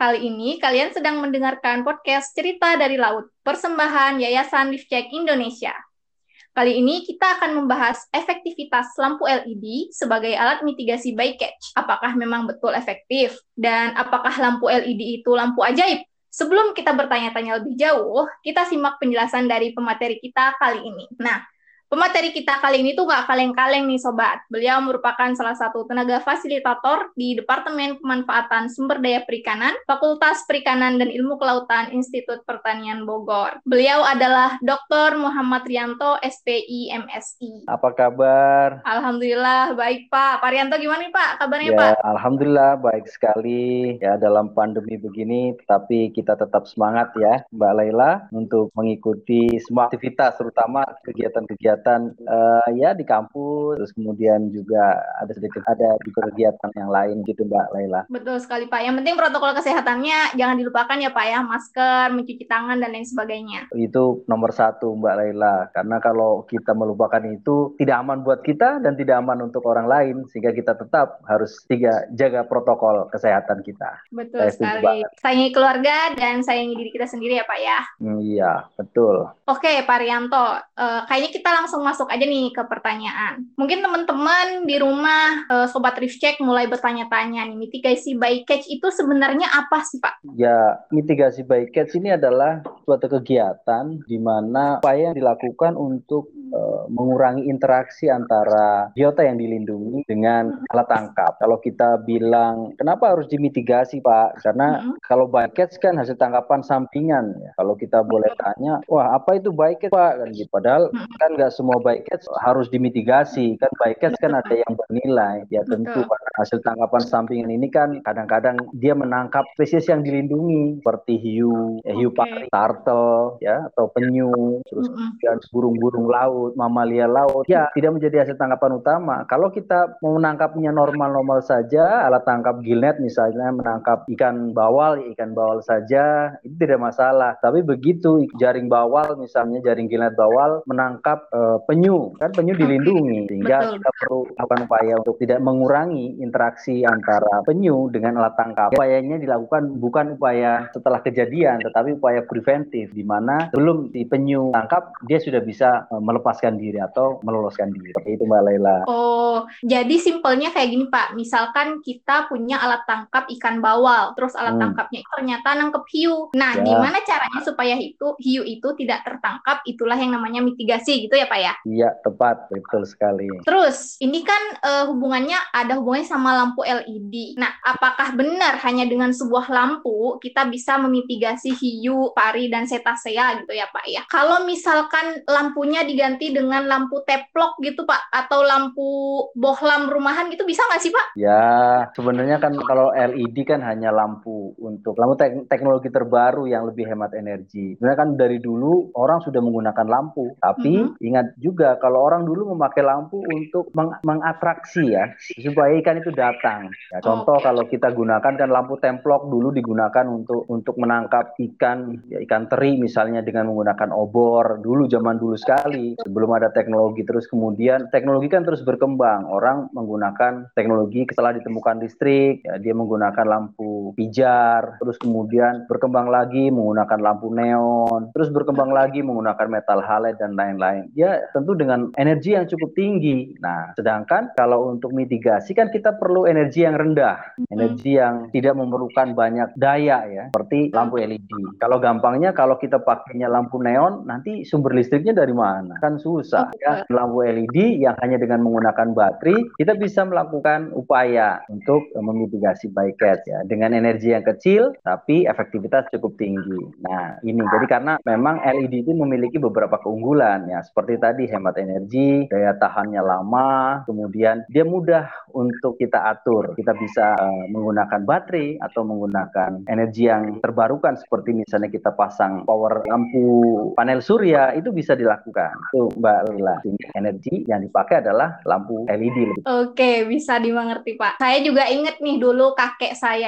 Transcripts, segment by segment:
Kali ini kalian sedang mendengarkan podcast Cerita dari Laut, persembahan Yayasan Lifcek Indonesia. Kali ini kita akan membahas efektivitas lampu LED sebagai alat mitigasi bycatch. Apakah memang betul efektif? Dan apakah lampu LED itu lampu ajaib? Sebelum kita bertanya-tanya lebih jauh, kita simak penjelasan dari pemateri kita kali ini. Nah, pemateri kita kali ini tuh gak kaleng-kaleng nih sobat. Beliau merupakan salah satu tenaga fasilitator di Departemen Pemanfaatan Sumber Daya Perikanan, Fakultas Perikanan dan Ilmu Kelautan Institut Pertanian Bogor. Beliau adalah Dr. Muhammad Rianto, SPI, MSI. Apa kabar? Alhamdulillah, baik Pak. Pak Rianto gimana nih Pak? Kabarnya Ya, Pak? alhamdulillah baik sekali ya dalam pandemi begini, tapi kita tetap semangat ya, Mbak Laila, untuk mengikuti semua aktivitas, terutama kegiatan-kegiatan ya di kampus, terus kemudian juga ada juga kegiatan yang lain gitu, Mbak Laila. Betul sekali Pak. Yang penting protokol kesehatannya jangan dilupakan ya Pak ya, masker, mencuci tangan, dan lain sebagainya. Itu nomor satu, Mbak Laila, karena kalau kita melupakan itu tidak aman buat kita dan tidak aman untuk orang lain, sehingga kita tetap harus jaga protokol kesehatan kita. Betul Saya setuju sekali. banget. Sayangi keluarga dan sayangi diri kita sendiri ya Pak ya. Iya, betul. Oke Pak Rianto, kayaknya kita langsung masuk aja nih ke pertanyaan. Mungkin teman-teman di rumah, Sobat Rifcek mulai bertanya-tanya nih, mitigasi bycatch itu sebenarnya apa sih Pak? Ya, mitigasi bycatch ini adalah suatu kegiatan di mana upaya yang dilakukan untuk mengurangi interaksi antara biota yang dilindungi dengan alat tangkap. Kalau kita bilang, kenapa harus dimitigasi, Pak? Karena kalau bycatch kan hasil tangkapan sampingan. Ya. Kalau kita boleh tanya, wah apa itu bycatch, Pak? Kan gitu. Padahal kan nggak semua bycatch harus dimitigasi. Kan bycatch kan ada yang bernilai. Ya tentu, Betul. hasil tangkapan sampingan ini kan kadang-kadang dia menangkap spesies yang dilindungi seperti hiu pari, turtle, ya, atau penyu, terus kemudian burung-burung laut, mamalia laut. Ya, tidak menjadi hasil tangkapan utama. Kalau kita mau menangkapnya normal-normal saja, alat tangkap gillnet misalnya menangkap ikan bawal saja, itu tidak masalah. Tapi begitu jaring bawal misalnya, jaring gillnet bawal menangkap penyu, kan penyu dilindungi, sehingga Betul. kita perlu lakukan upaya untuk tidak mengurangi interaksi antara penyu dengan alat tangkap. Upayanya dilakukan bukan upaya setelah kejadian, tetapi upaya preventif, di mana belum si penyu tangkap, dia sudah bisa melepaskan diri atau meloloskan diri. Seperti itu, Mbak Laila. Oh, jadi simpelnya kayak gini Pak. Misalkan kita punya alat tangkap ikan bawal, terus alat tangkapnya itu ternyata nangkep hiu. Nah, Ya. gimana caranya supaya hiu itu tidak tertangkap? Itulah yang namanya mitigasi gitu ya Pak ya? Iya, tepat, betul sekali. Terus, ini kan hubungannya ada hubungannya sama lampu LED. Nah, apakah benar hanya dengan sebuah lampu kita bisa memitigasi hiu, pari, dan cetacea gitu ya Pak ya? Kalau misalkan lampunya diganti dengan lampu teplok gitu Pak, atau lampu bohlam rumahan gitu bisa nggak sih Pak? Ya, sebenarnya kan kalau LED kan hanya lampu teknologi terbaru yang lebih hemat energi. Sebenarnya kan dari dulu orang sudah menggunakan lampu, tapi ingat juga kalau orang dulu memakai lampu untuk mengatraksi ya, supaya ikan itu datang. Ya, contoh kalau kita gunakan kan lampu templok dulu digunakan untuk menangkap ikan, ya, ikan teri misalnya dengan menggunakan obor. Dulu zaman dulu sekali, sebelum ada teknologi. Terus kemudian teknologi kan terus berkembang. Orang menggunakan teknologi setelah ditemukan listrik, ya, dia menggunakan lampu pijar, terus kemudian berkembang lagi menggunakan lampu neon, terus berkembang lagi menggunakan metal halide dan lain-lain. Ya tentu dengan energi yang cukup tinggi. Nah, sedangkan kalau untuk mitigasi kan kita perlu energi yang rendah, energi yang tidak memerlukan banyak daya ya, seperti lampu LED. Kalau gampangnya kalau kita pakainya lampu neon, nanti sumber listriknya dari mana? Kan susah ya. Lampu LED yang hanya dengan menggunakan baterai, kita bisa melakukan upaya untuk memitigasi bycatch ya dengan energi yang kecil tapi efektivitas cukup tinggi. Nah, ini jadi karena memang LED itu memiliki beberapa keunggulan ya, seperti tadi hemat energi, daya tahannya lama, kemudian dia mudah untuk kita atur. Kita bisa menggunakan baterai atau menggunakan energi yang terbarukan seperti misalnya kita pasang power lampu panel surya, itu bisa dilakukan. Itu Mbak Lila. Energi yang dipakai adalah lampu LED. Oke, bisa dimengerti Pak. Saya juga inget nih dulu kakek saya itu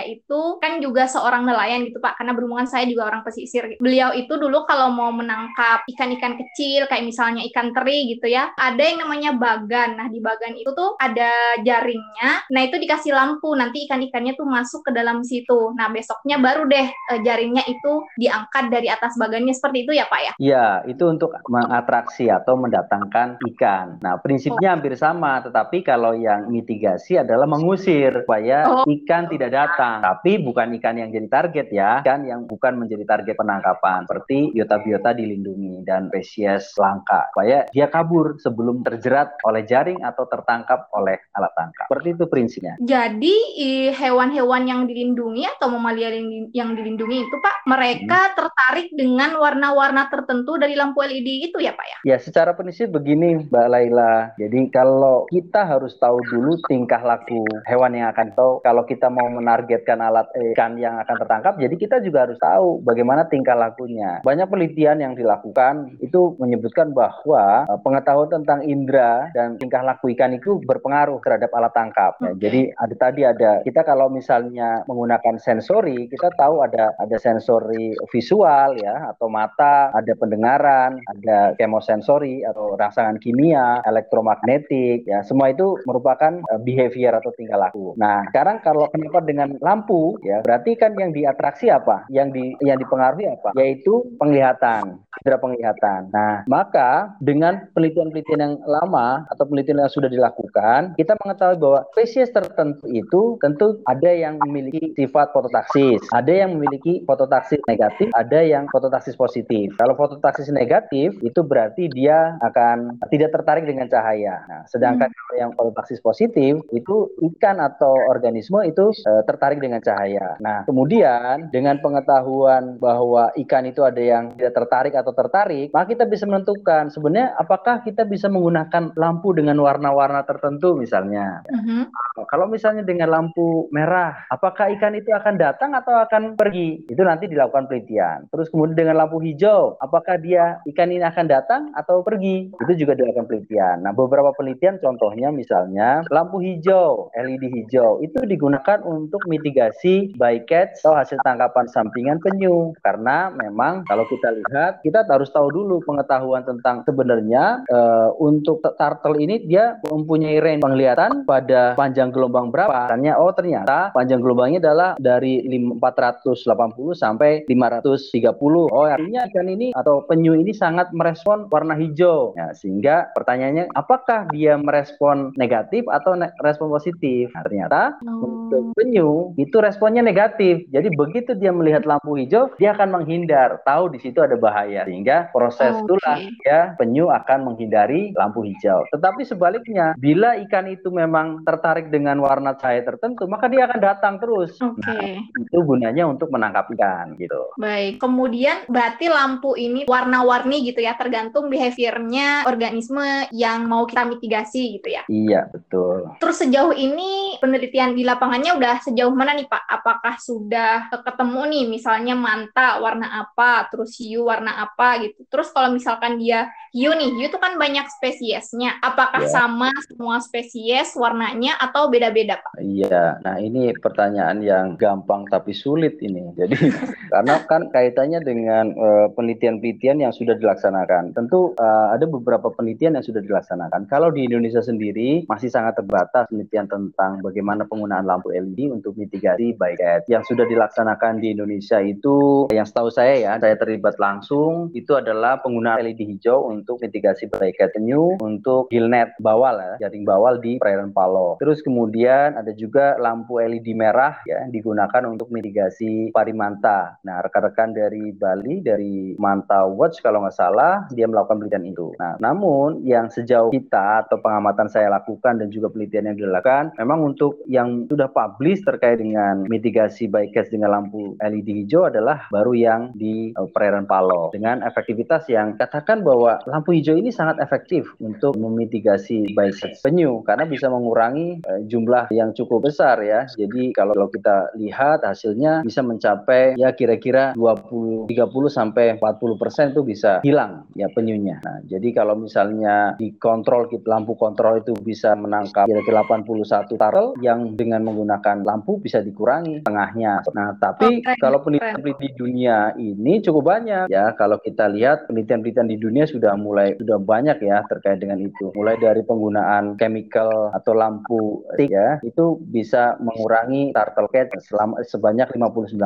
itu kan juga seorang nelayan gitu Pak, karena berhubungan saya juga orang pesisir. Beliau itu dulu kalau mau menangkap ikan-ikan kecil kayak misalnya ikan teri gitu ya, ada yang namanya bagan. Nah, di bagan itu tuh ada jaringnya. Nah, itu dikasih lampu, nanti ikan-ikannya tuh masuk ke dalam situ. Nah, besoknya baru deh jaringnya itu diangkat dari atas bagannya, seperti itu ya Pak ya? Ya, itu untuk mengatraksi atau mendatangkan ikan. Nah, prinsipnya hampir sama, tetapi kalau yang mitigasi adalah mengusir supaya Oh, ikan tidak datang. Tapi bukan ikan yang jadi target ya, ikan yang bukan menjadi target penangkapan, seperti biota-biota dilindungi dan spesies langka, supaya dia kabur sebelum terjerat oleh jaring atau tertangkap oleh alat tangkap. Seperti itu prinsipnya. jadi hewan-hewan yang dilindungi atau mamalia yang dilindungi itu Pak, Hmm. mereka tertarik dengan warna-warna tertentu dari lampu LED itu ya Pak ya? Ya, secara prinsip begini, Mbak Laila. Jadi kalau kita harus tahu dulu tingkah laku hewan yang akan tahu, kalau kita mau menargetkan alat ikan yang akan tertangkap, jadi kita juga harus tahu bagaimana tingkah lakunya. Banyak penelitian yang dilakukan itu menyebutkan bahwa pengetahuan tentang indera dan tingkah laku ikan itu berpengaruh terhadap alat tangkap. Ya, jadi ada kita kalau misalnya menggunakan sensori, kita tahu ada sensori visual ya atau mata, ada pendengaran, ada kemosensori atau rangsangan kimia, elektromagnetik, ya semua itu merupakan behavior atau tingkah laku. Nah, sekarang kalau kenapa dengan lampu, ya berarti kan yang diatraksi apa? Yang dipengaruhi apa? Yaitu penglihatan, indera penglihatan. Nah, maka dengan penelitian-penelitian yang lama atau penelitian yang sudah dilakukan, kita mengetahui bahwa spesies tertentu itu tentu ada yang memiliki sifat fototaksis, ada yang memiliki fototaksis negatif, ada yang fototaksis positif. Kalau fototaksis negatif itu berarti dia akan tidak tertarik dengan cahaya. Nah, sedangkan kalau yang fototaksis positif itu ikan atau organisme itu tertarik dengan cahaya. Nah, kemudian dengan pengetahuan bahwa ikan itu ada yang tidak tertarik atau tertarik, maka kita bisa menentukan sebenarnya apakah kita bisa menggunakan lampu dengan warna-warna tertentu misalnya. Kalau misalnya dengan lampu merah, apakah ikan itu akan datang atau akan pergi? Itu nanti dilakukan penelitian. Terus kemudian dengan lampu hijau, apakah ikan ini akan datang atau pergi? Itu juga dilakukan penelitian. Nah, beberapa penelitian contohnya misalnya lampu hijau, LED hijau, itu digunakan untuk mitigasi bycatch atau hasil tangkapan sampingan penyu. Karena memang kalau kita lihat, kita harus tahu dulu pengetahuan tentang sebenarnya untuk turtle ini dia mempunyai range penglihatan pada panjang gelombang berapa. Ternyata panjang gelombangnya adalah dari 480 sampai 530. Oh, artinya ikan ini atau penyu ini sangat merespon warna hijau. Ya, sehingga pertanyaannya apakah dia merespon negatif atau respon positif? Nah, ternyata untuk penyu itu responnya negatif. Jadi begitu dia melihat lampu hijau, dia akan menghindar. Tahu di situ ada bahaya. Sehingga proses itulah ya penyu akan menghindari lampu hijau. Tetapi sebaliknya, bila ikan itu memang tertarik dengan warna cahaya tertentu, maka dia akan datang terus. Nah, itu gunanya untuk menangkap ikan gitu. Baik, kemudian berarti lampu ini warna-warni gitu ya, tergantung behaviornya organisme yang mau kita mitigasi gitu ya. Iya, betul. Terus sejauh ini penelitian di lapangannya udah sejauh mana nih Pak? Apakah sudah ketemu nih misalnya manta warna apa, terus hiu warna apa gitu. Terus kalau misalkan dia hiu nih, hiu itu kan banyak spesiesnya. Apakah sama semua spesies warnanya atau beda-beda Pak? Iya, nah ini pertanyaan yang gampang tapi sulit ini. Jadi karena kan kaitannya dengan penelitian-penelitian yang sudah dilaksanakan. Tentu ada beberapa penelitian yang sudah dilaksanakan. Kalau di Indonesia sendiri masih sangat terbatas penelitian tentang bagaimana penggunaan lampu LED untuk mitigasi bycatch. Yang sudah dilaksanakan di Indonesia itu, yang setahu saya ya, saya terlibat langsung, itu adalah penggunaan LED hijau untuk mitigasi bycatch penyu, untuk gillnet bawal ya, jaring bawal di perairan Paloh. Terus kemudian ada juga lampu LED merah ya digunakan untuk mitigasi parimanta. Nah, rekan-rekan dari Bali, dari Manta Watch kalau nggak salah, dia melakukan penelitian itu. Nah, namun yang sejauh kita atau pengamatan saya lakukan dan juga penelitian yang dilakukan, memang untuk yang sudah publish terkait dengan mitigasi bycatch dengan lampu LED hijau adalah baru yang di perairan Paloh dengan efektivitas yang katakan bahwa lampu hijau ini sangat efektif untuk memitigasi bycatch penyu karena bisa mengurangi jumlah yang cukup besar ya. Jadi kalau kita lihat hasilnya bisa mencapai ya kira-kira 30 sampai 40% itu bisa hilang ya penyunya. Nah, jadi kalau misalnya dikontrol lampu kontrol itu bisa menangkap kira-kira 81 turtle yang dengan menggunakan lampu bisa dikurangi dikurangi tengahnya. Nah, tapi kalau penelitian di dunia ini cukup banyak ya. Kalau kita lihat penelitian-penelitian di dunia sudah banyak ya terkait dengan itu. Mulai dari penggunaan chemical atau lampu ya, itu bisa mengurangi turtle cat sebanyak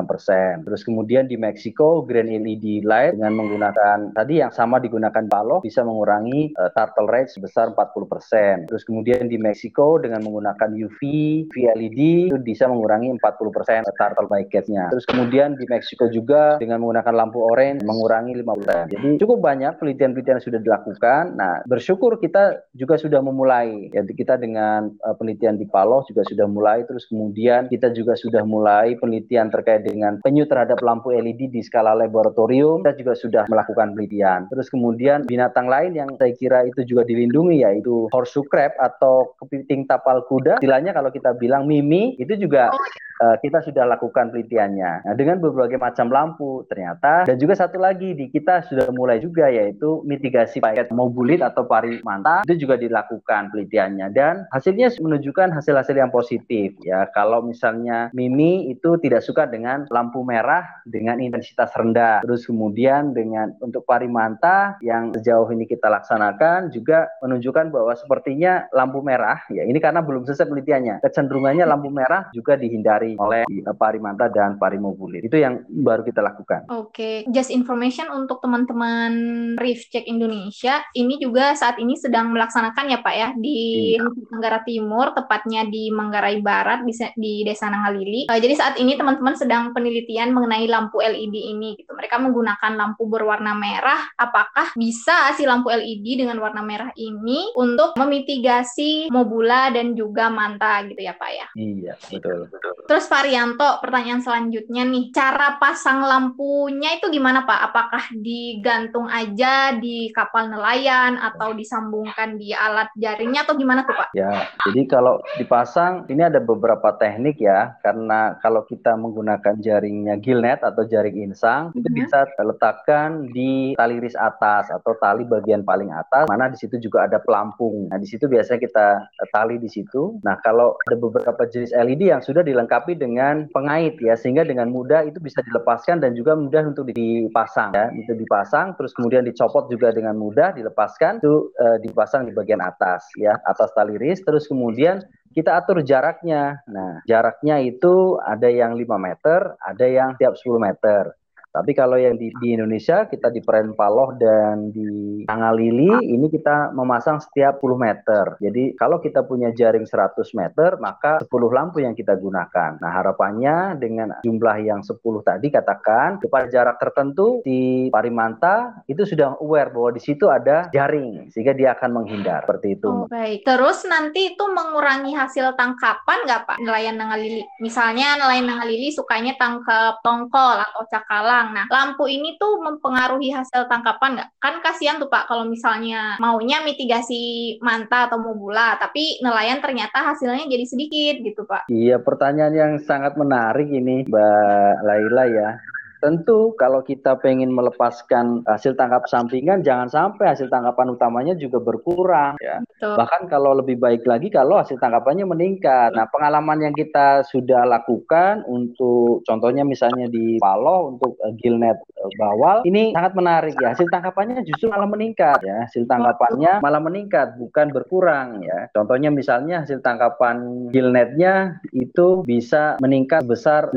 59%. Terus kemudian di Meksiko Green LED light dengan menggunakan tadi yang sama digunakan balok bisa mengurangi turtle rate sebesar 40%. Terus kemudian di Meksiko dengan menggunakan UV LED itu bisa mengurangi 40% turtle bycatch-nya. Terus kemudian di Meksiko juga dengan menggunakan lampu orange mengurangi 50%. Jadi cukup banyak penelitian-penelitian yang sudah dilakukan. Nah, bersyukur kita juga sudah memulai. Ya, kita dengan penelitian di Paloh juga sudah mulai. Terus kemudian kita juga sudah mulai penelitian terkait dengan penyu terhadap lampu LED di skala laboratorium. Kita juga sudah melakukan penelitian. Terus kemudian binatang lain yang saya kira itu juga dilindungi yaitu horseshoe crab atau kepiting tapal kuda. Istilahnya kalau kita bilang mimi itu juga kita sudah lakukan penelitiannya. Nah, dengan berbagai macam lampu ternyata. Dan juga satu lagi di kita sudah mulai juga yaitu mitigasi bycatch mobulit atau pari manta itu juga dilakukan penelitiannya dan hasilnya menunjukkan hasil-hasil yang positif ya. Kalau misalnya mimi itu tidak suka dengan lampu merah dengan intensitas rendah. Terus kemudian untuk pari manta yang sejauh ini kita laksanakan juga menunjukkan bahwa sepertinya lampu merah ya ini karena belum selesai penelitiannya. Kecenderungannya lampu merah juga dihindari oleh pari manta dan pari mobulit. Itu yang baru kita lakukan. Oke, just information untuk teman-teman Reef Check Indonesia, ini juga saat ini sedang melaksanakan ya Pak ya di Nusa Tenggara Timur, tepatnya di Manggarai Barat di Desa Nangalili. Jadi saat ini teman-teman sedang penelitian mengenai lampu LED ini gitu. Mereka menggunakan lampu berwarna merah. Apakah bisa si lampu LED dengan warna merah ini untuk memitigasi mobula dan juga manta gitu ya Pak ya? Iya, betul. Terus Pak Rianto, pertanyaan selanjutnya nih, cara pasang lampunya itu gimana Pak? Apakah digantung aja di kapal nelayan atau disambungkan di alat jaringnya atau gimana tuh Pak? Ya, jadi kalau dipasang ini ada beberapa teknik ya, karena kalau kita menggunakan jaringnya gillnet atau jaring insang, itu bisa letakkan di tali ris atas atau tali bagian paling atas, mana di situ juga ada pelampung. Nah, di situ biasanya kita tali di situ. Nah, kalau ada beberapa jenis LED yang sudah dilengkapi dengan pengait ya, sehingga dengan mudah itu bisa dilepaskan dan juga mudah untuk dipasang ya. Itu dipasang, terus kemudian dicopot juga dengan mudah, dilepaskan, itu dipasang di bagian atas ya, atas tali ris, terus kemudian kita atur jaraknya. Nah, jaraknya itu ada yang 5 meter, ada yang tiap 10 meter. Tapi kalau yang di Indonesia, kita di Perairan Paloh dan di Nangalili, ini kita memasang setiap 10 meter. Jadi kalau kita punya jaring 100 meter, maka 10 lampu yang kita gunakan. Nah, harapannya dengan jumlah yang 10 tadi, katakan, pada jarak tertentu, di Parimanta, itu sudah aware bahwa di situ ada jaring, sehingga dia akan menghindar. Seperti itu. Oh, baik. Terus nanti itu mengurangi hasil tangkapan nggak Pak, nelayan Nangalili? Misalnya nelayan Nangalili sukanya tangkap tongkol atau cakalang. Nah, lampu ini tuh mempengaruhi hasil tangkapan nggak? Kan kasihan tuh Pak kalau misalnya maunya mitigasi manta atau mobula, tapi nelayan ternyata hasilnya jadi sedikit gitu Pak. Iya, pertanyaan yang sangat menarik ini Mbak Laila ya. Tentu kalau kita pengen melepaskan hasil tangkap sampingan, jangan sampai hasil tangkapan utamanya juga berkurang ya. Betul. Bahkan kalau lebih baik lagi kalau hasil tangkapannya meningkat. Nah, pengalaman yang kita sudah lakukan untuk contohnya misalnya di Paloh untuk gillnet bawal, ini sangat menarik ya. Hasil tangkapannya justru malah meningkat ya. Hasil tangkapannya malah meningkat, bukan berkurang ya. Contohnya misalnya hasil tangkapan gillnetnya itu bisa meningkat sebesar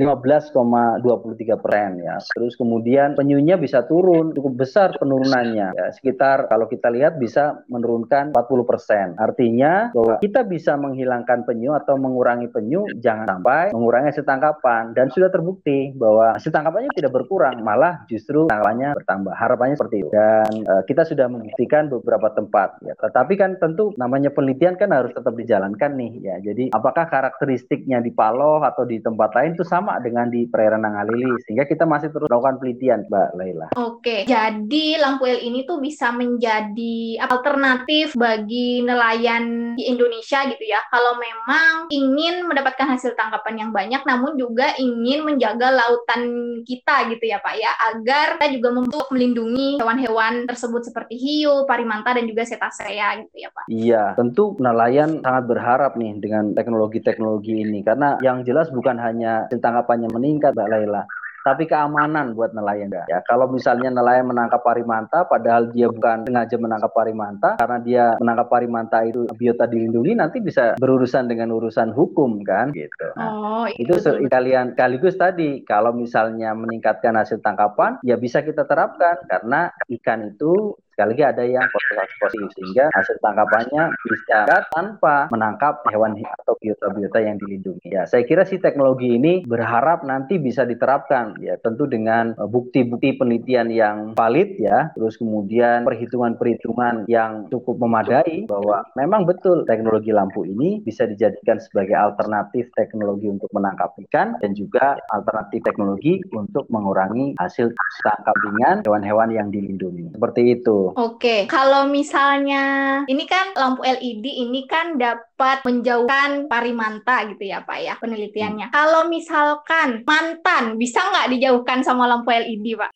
15,23% ya. Terus kemudian penyunya bisa turun cukup besar penurunannya ya, sekitar kalau kita lihat bisa menurunkan 40%. Artinya bahwa kita bisa menghilangkan penyu atau mengurangi penyu, jangan sampai mengurangi hasil tangkapan, dan sudah terbukti bahwa hasil tangkapannya tidak berkurang, malah justru tangkapannya bertambah. Harapannya seperti itu. Dan kita sudah membuktikan beberapa tempat ya. Tetapi kan tentu namanya penelitian kan harus tetap dijalankan nih ya. Jadi apakah karakteristiknya di Paloh atau di tempat lain itu sama dengan di perairan Nangalili, sehingga kita masih masih terus melakukan penelitian, Mbak Laila. Oke, jadi lampu LED ini tuh bisa menjadi alternatif bagi nelayan di Indonesia gitu ya. Kalau memang ingin mendapatkan hasil tangkapan yang banyak, namun juga ingin menjaga lautan kita gitu ya Pak ya, agar kita juga untuk melindungi hewan-hewan tersebut seperti hiu, parimanta, dan juga cetacea gitu ya Pak. Iya, tentu nelayan sangat berharap nih dengan teknologi-teknologi ini, karena yang jelas bukan hanya hasil tangkapannya meningkat, Mbak Laila, tapi keamanan buat nelayan. Ya, kalau misalnya nelayan menangkap parimanta, padahal dia bukan sengaja menangkap parimanta, karena dia menangkap parimanta itu biota dilindungi, nanti bisa berurusan dengan urusan hukum kan, gitu. Nah, itu sekaligus tadi, kalau misalnya meningkatkan hasil tangkapan, ya bisa kita terapkan, karena ikan itu sekali lagi ada yang konservasi positif, sehingga hasil tangkapannya bisa tanpa menangkap hewan atau biota-biota yang dilindungi. Ya, saya kira sih teknologi ini berharap nanti bisa diterapkan, ya tentu dengan bukti-bukti penelitian yang valid ya, terus kemudian perhitungan-perhitungan yang cukup memadai bahwa memang betul teknologi lampu ini bisa dijadikan sebagai alternatif teknologi untuk menangkap ikan dan juga alternatif teknologi untuk mengurangi hasil tangkap dengan hewan-hewan yang dilindungi. Seperti itu. Oke, kalau misalnya ini kan lampu LED ini kan dapat menjauhkan parimanta gitu ya Pak ya penelitiannya. Kalau misalkan mantan bisa nggak dijauhkan sama lampu LED Pak?